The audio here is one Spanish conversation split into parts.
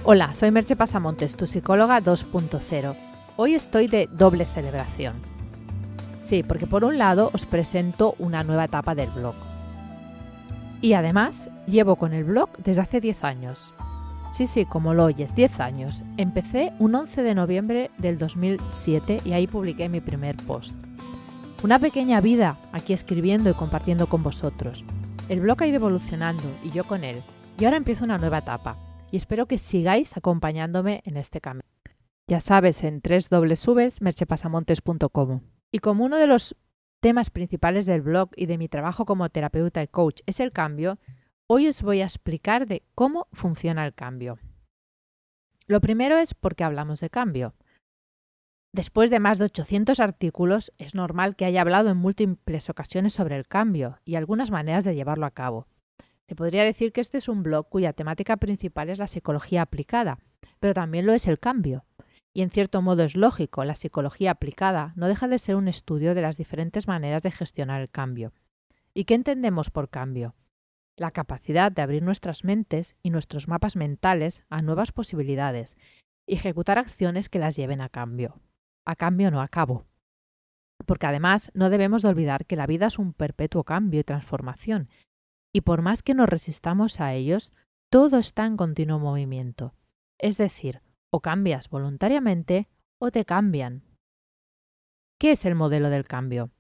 Hola, soy Merche Pasamontes, tu psicóloga 2.0. Hoy estoy de doble celebración. Sí, porque por un lado os presento una nueva etapa del blog. Y además llevo con el blog desde hace 10 años. Sí, como lo oyes, 10 años. Empecé un 11 de noviembre del 2007 y ahí publiqué mi primer post. Una pequeña vida aquí escribiendo y compartiendo con vosotros. El blog ha ido evolucionando y yo con él. Y ahora empiezo una nueva etapa. Y espero que sigáis acompañándome en este camino. Ya sabes, en www.merchepasamontes.com. Y como uno de los temas principales del blog y de mi trabajo como terapeuta y coach es el cambio, hoy os voy a explicar de cómo funciona el cambio. Lo primero es por qué hablamos de cambio. Después de más de 800 artículos, es normal que haya hablado en múltiples ocasiones sobre el cambio y algunas maneras de llevarlo a cabo. Se podría decir que este es un blog cuya temática principal es la psicología aplicada, pero también lo es el cambio. Y en cierto modo es lógico, la psicología aplicada no deja de ser un estudio de las diferentes maneras de gestionar el cambio. ¿Y qué entendemos por cambio? La capacidad de abrir nuestras mentes y nuestros mapas mentales a nuevas posibilidades y ejecutar acciones que las lleven a cambio. A cambio, no a cabo. Porque además no debemos de olvidar que la vida es un perpetuo cambio y transformación. Y por más que nos resistamos a ellos, todo está en continuo movimiento. Es decir, o cambias voluntariamente o te cambian. ¿Qué es el modelo del cambio?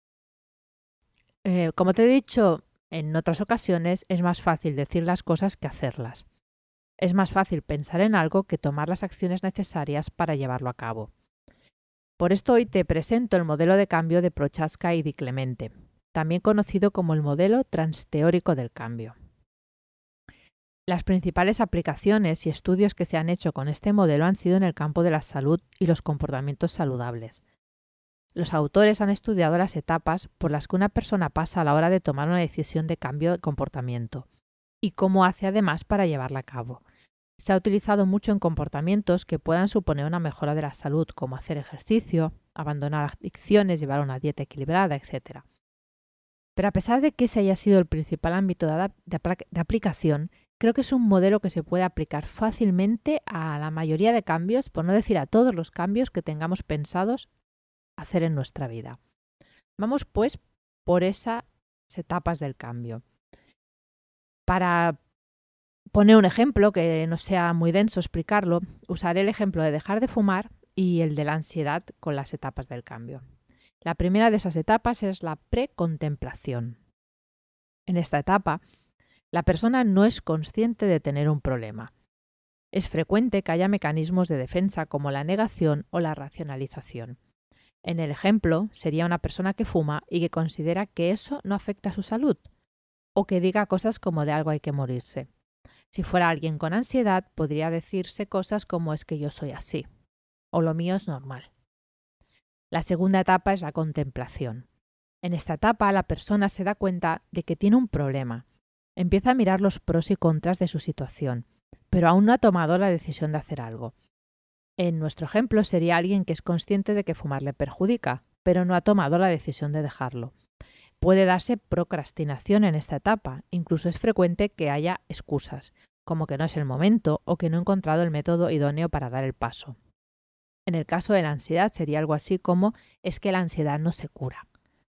Como te he dicho en otras ocasiones, es más fácil decir las cosas que hacerlas. Es más fácil pensar en algo que tomar las acciones necesarias para llevarlo a cabo. Por esto hoy te presento el modelo de cambio de Prochaska y Di Clemente, también conocido como el modelo transteórico del cambio. Las principales aplicaciones y estudios que se han hecho con este modelo han sido en el campo de la salud y los comportamientos saludables. Los autores han estudiado las etapas por las que una persona pasa a la hora de tomar una decisión de cambio de comportamiento y cómo hace además para llevarla a cabo. Se ha utilizado mucho en comportamientos que puedan suponer una mejora de la salud, como hacer ejercicio, abandonar adicciones, llevar una dieta equilibrada, etc. Pero a pesar de que ese haya sido el principal ámbito de aplicación, creo que es un modelo que se puede aplicar fácilmente a la mayoría de cambios, por no decir a todos los cambios que tengamos pensados hacer en nuestra vida. Vamos pues por esas etapas del cambio. Para poner un ejemplo que no sea muy denso explicarlo, usaré el ejemplo de dejar de fumar y el de la ansiedad con las etapas del cambio. La primera de esas etapas es la precontemplación. En esta etapa, la persona no es consciente de tener un problema. Es frecuente que haya mecanismos de defensa como la negación o la racionalización. En el ejemplo, sería una persona que fuma y que considera que eso no afecta a su salud, o que diga cosas como de algo hay que morirse. Si fuera alguien con ansiedad, podría decirse cosas como es que yo soy así, o lo mío es normal. La segunda etapa es la contemplación. En esta etapa, la persona se da cuenta de que tiene un problema. Empieza a mirar los pros y contras de su situación, pero aún no ha tomado la decisión de hacer algo. En nuestro ejemplo sería alguien que es consciente de que fumar le perjudica, pero no ha tomado la decisión de dejarlo. Puede darse procrastinación en esta etapa, incluso es frecuente que haya excusas, como que no es el momento o que no he encontrado el método idóneo para dar el paso. En el caso de la ansiedad sería algo así como es que la ansiedad no se cura.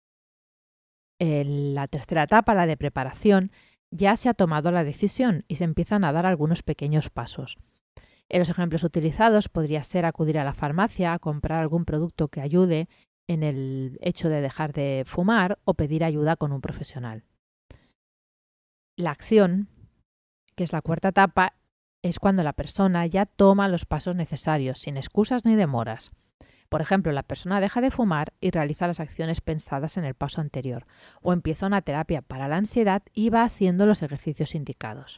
En la tercera etapa, la de preparación, ya se ha tomado la decisión y se empiezan a dar algunos pequeños pasos. En los ejemplos utilizados podría ser acudir a la farmacia a comprar algún producto que ayude en el hecho de dejar de fumar o pedir ayuda con un profesional. La acción, que es la cuarta etapa, es cuando la persona ya toma los pasos necesarios, sin excusas ni demoras. Por ejemplo, la persona deja de fumar y realiza las acciones pensadas en el paso anterior, o empieza una terapia para la ansiedad y va haciendo los ejercicios indicados.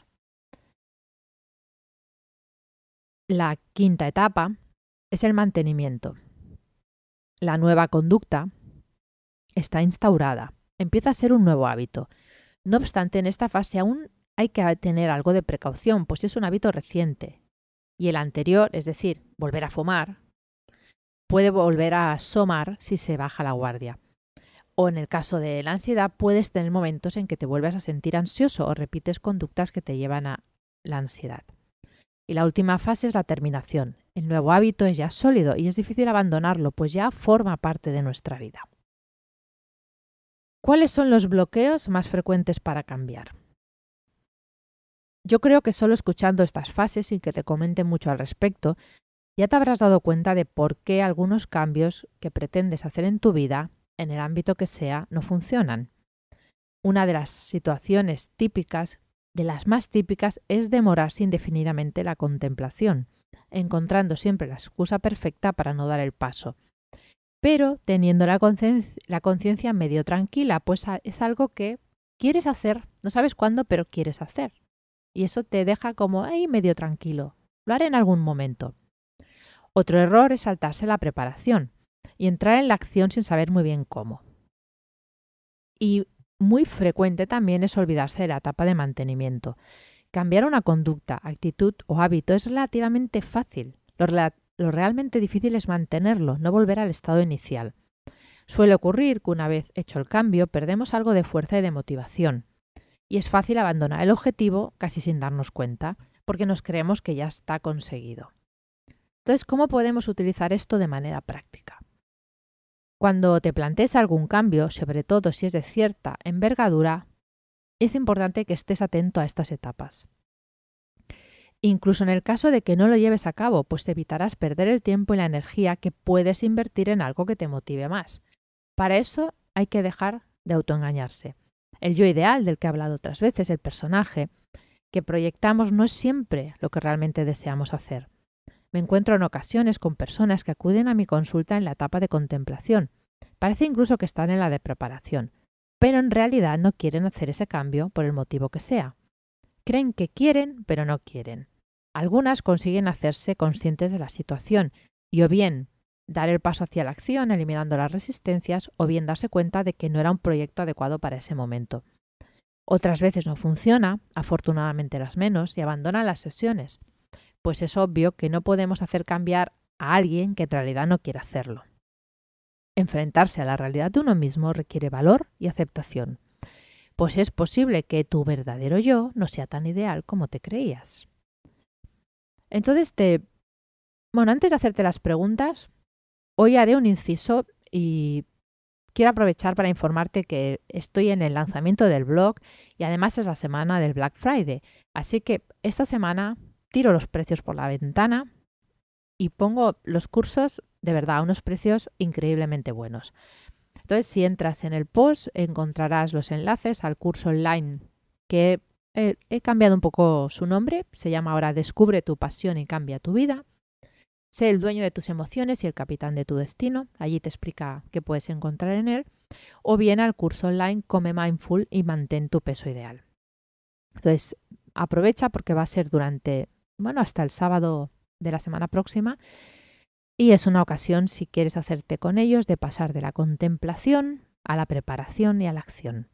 La quinta etapa es el mantenimiento. La nueva conducta está instaurada, empieza a ser un nuevo hábito. No obstante, en esta fase aún hay que tener algo de precaución, pues es un hábito reciente. Y el anterior, es decir, volver a fumar, puede volver a asomar si se baja la guardia. O en el caso de la ansiedad, puedes tener momentos en que te vuelves a sentir ansioso o repites conductas que te llevan a la ansiedad. Y la última fase es la terminación. El nuevo hábito es ya sólido y es difícil abandonarlo, pues ya forma parte de nuestra vida. ¿Cuáles son los bloqueos más frecuentes para cambiar? Yo creo que solo escuchando estas fases, sin que te comente mucho al respecto, ya te habrás dado cuenta de por qué algunos cambios que pretendes hacer en tu vida, en el ámbito que sea, no funcionan. Una de las situaciones típicas, de las más típicas, es demorarse indefinidamente la contemplación, encontrando siempre la excusa perfecta para no dar el paso. Pero teniendo la conciencia medio tranquila, pues es algo que quieres hacer, no sabes cuándo, pero quieres hacer. Y eso te deja como ahí medio tranquilo. Lo haré en algún momento. Otro error es saltarse la preparación y entrar en la acción sin saber muy bien cómo. Y muy frecuente también es olvidarse de la etapa de mantenimiento. Cambiar una conducta, actitud o hábito es relativamente fácil. Lo realmente difícil es mantenerlo, no volver al estado inicial. Suele ocurrir que una vez hecho el cambio perdemos algo de fuerza y de motivación. Y es fácil abandonar el objetivo casi sin darnos cuenta, porque nos creemos que ya está conseguido. Entonces, ¿cómo podemos utilizar esto de manera práctica? Cuando te plantees algún cambio, sobre todo si es de cierta envergadura, es importante que estés atento a estas etapas. Incluso en el caso de que no lo lleves a cabo, pues te evitarás perder el tiempo y la energía que puedes invertir en algo que te motive más. Para eso hay que dejar de autoengañarse. El yo ideal del que he hablado otras veces, el personaje que proyectamos, no es siempre lo que realmente deseamos hacer. Me encuentro en ocasiones con personas que acuden a mi consulta en la etapa de contemplación. Parece incluso que están en la de preparación, pero en realidad no quieren hacer ese cambio por el motivo que sea. Creen que quieren, pero no quieren. Algunas consiguen hacerse conscientes de la situación y o bien dar el paso hacia la acción eliminando las resistencias o bien darse cuenta de que no era un proyecto adecuado para ese momento. Otras veces no funciona, afortunadamente las menos, y abandonan las sesiones. Pues es obvio que no podemos hacer cambiar a alguien que en realidad no quiere hacerlo. Enfrentarse a la realidad de uno mismo requiere valor y aceptación, pues es posible que tu verdadero yo no sea tan ideal como te creías. Entonces, antes de hacerte las preguntas, hoy haré un inciso y quiero aprovechar para informarte que estoy en el lanzamiento del blog y además es la semana del Black Friday, así que esta semana tiro los precios por la ventana y pongo los cursos de verdad a unos precios increíblemente buenos. Entonces, si entras en el post, encontrarás los enlaces al curso online que he cambiado un poco su nombre. Se llama ahora Descubre tu pasión y cambia tu vida. Sé el dueño de tus emociones y el capitán de tu destino. Allí te explica qué puedes encontrar en él. O bien al curso online Come Mindful y mantén tu peso ideal. Entonces, aprovecha porque va a ser hasta el sábado de la semana próxima y es una ocasión, si quieres hacerte con ellos, de pasar de la contemplación a la preparación y a la acción.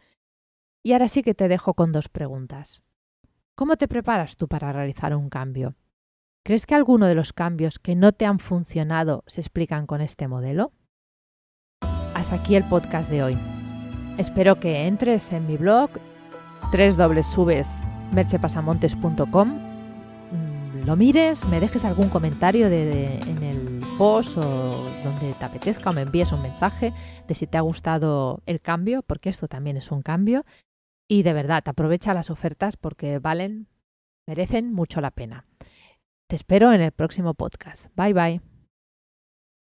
Y ahora sí que te dejo con dos preguntas. ¿Cómo te preparas tú para realizar un cambio? ¿Crees que alguno de los cambios que no te han funcionado se explican con este modelo? Hasta aquí el podcast de hoy. Espero que entres en mi blog www.merchepasamontes.com, lo mires, me dejes algún comentario en el post o donde te apetezca o me envíes un mensaje de si te ha gustado el cambio, porque esto también es un cambio. Y de verdad, aprovecha las ofertas porque merecen mucho la pena. Te espero en el próximo podcast. Bye bye.